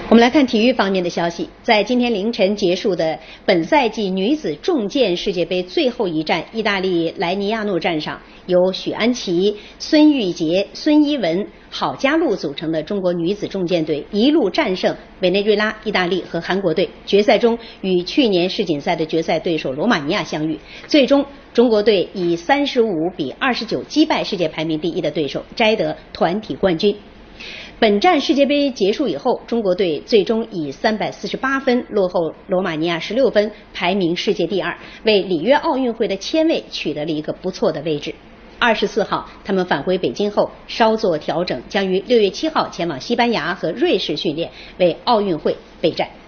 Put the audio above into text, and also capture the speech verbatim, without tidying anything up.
我们来看体育方面的消息，在今天凌晨结束的本赛季女子重剑世界杯最后一站，意大利莱尼亚诺站上，由许安琪、孙玉洁、孙一文、郝佳璐组成的中国女子重剑队一路战胜委内瑞拉、意大利和韩国队，决赛中与去年世锦赛的决赛对手罗马尼亚相遇，最终中国队以三十五比二十九击败世界排名第一的对手，摘得团体冠军。本站世界杯结束以后，中国队最终以三百四十八分落后罗马尼亚十六分，排名世界第二，为里约奥运会的签位取得了一个不错的位置。二十四号，他们返回北京后稍作调整，将于六月七号前往西班牙和瑞士训练，为奥运会备战。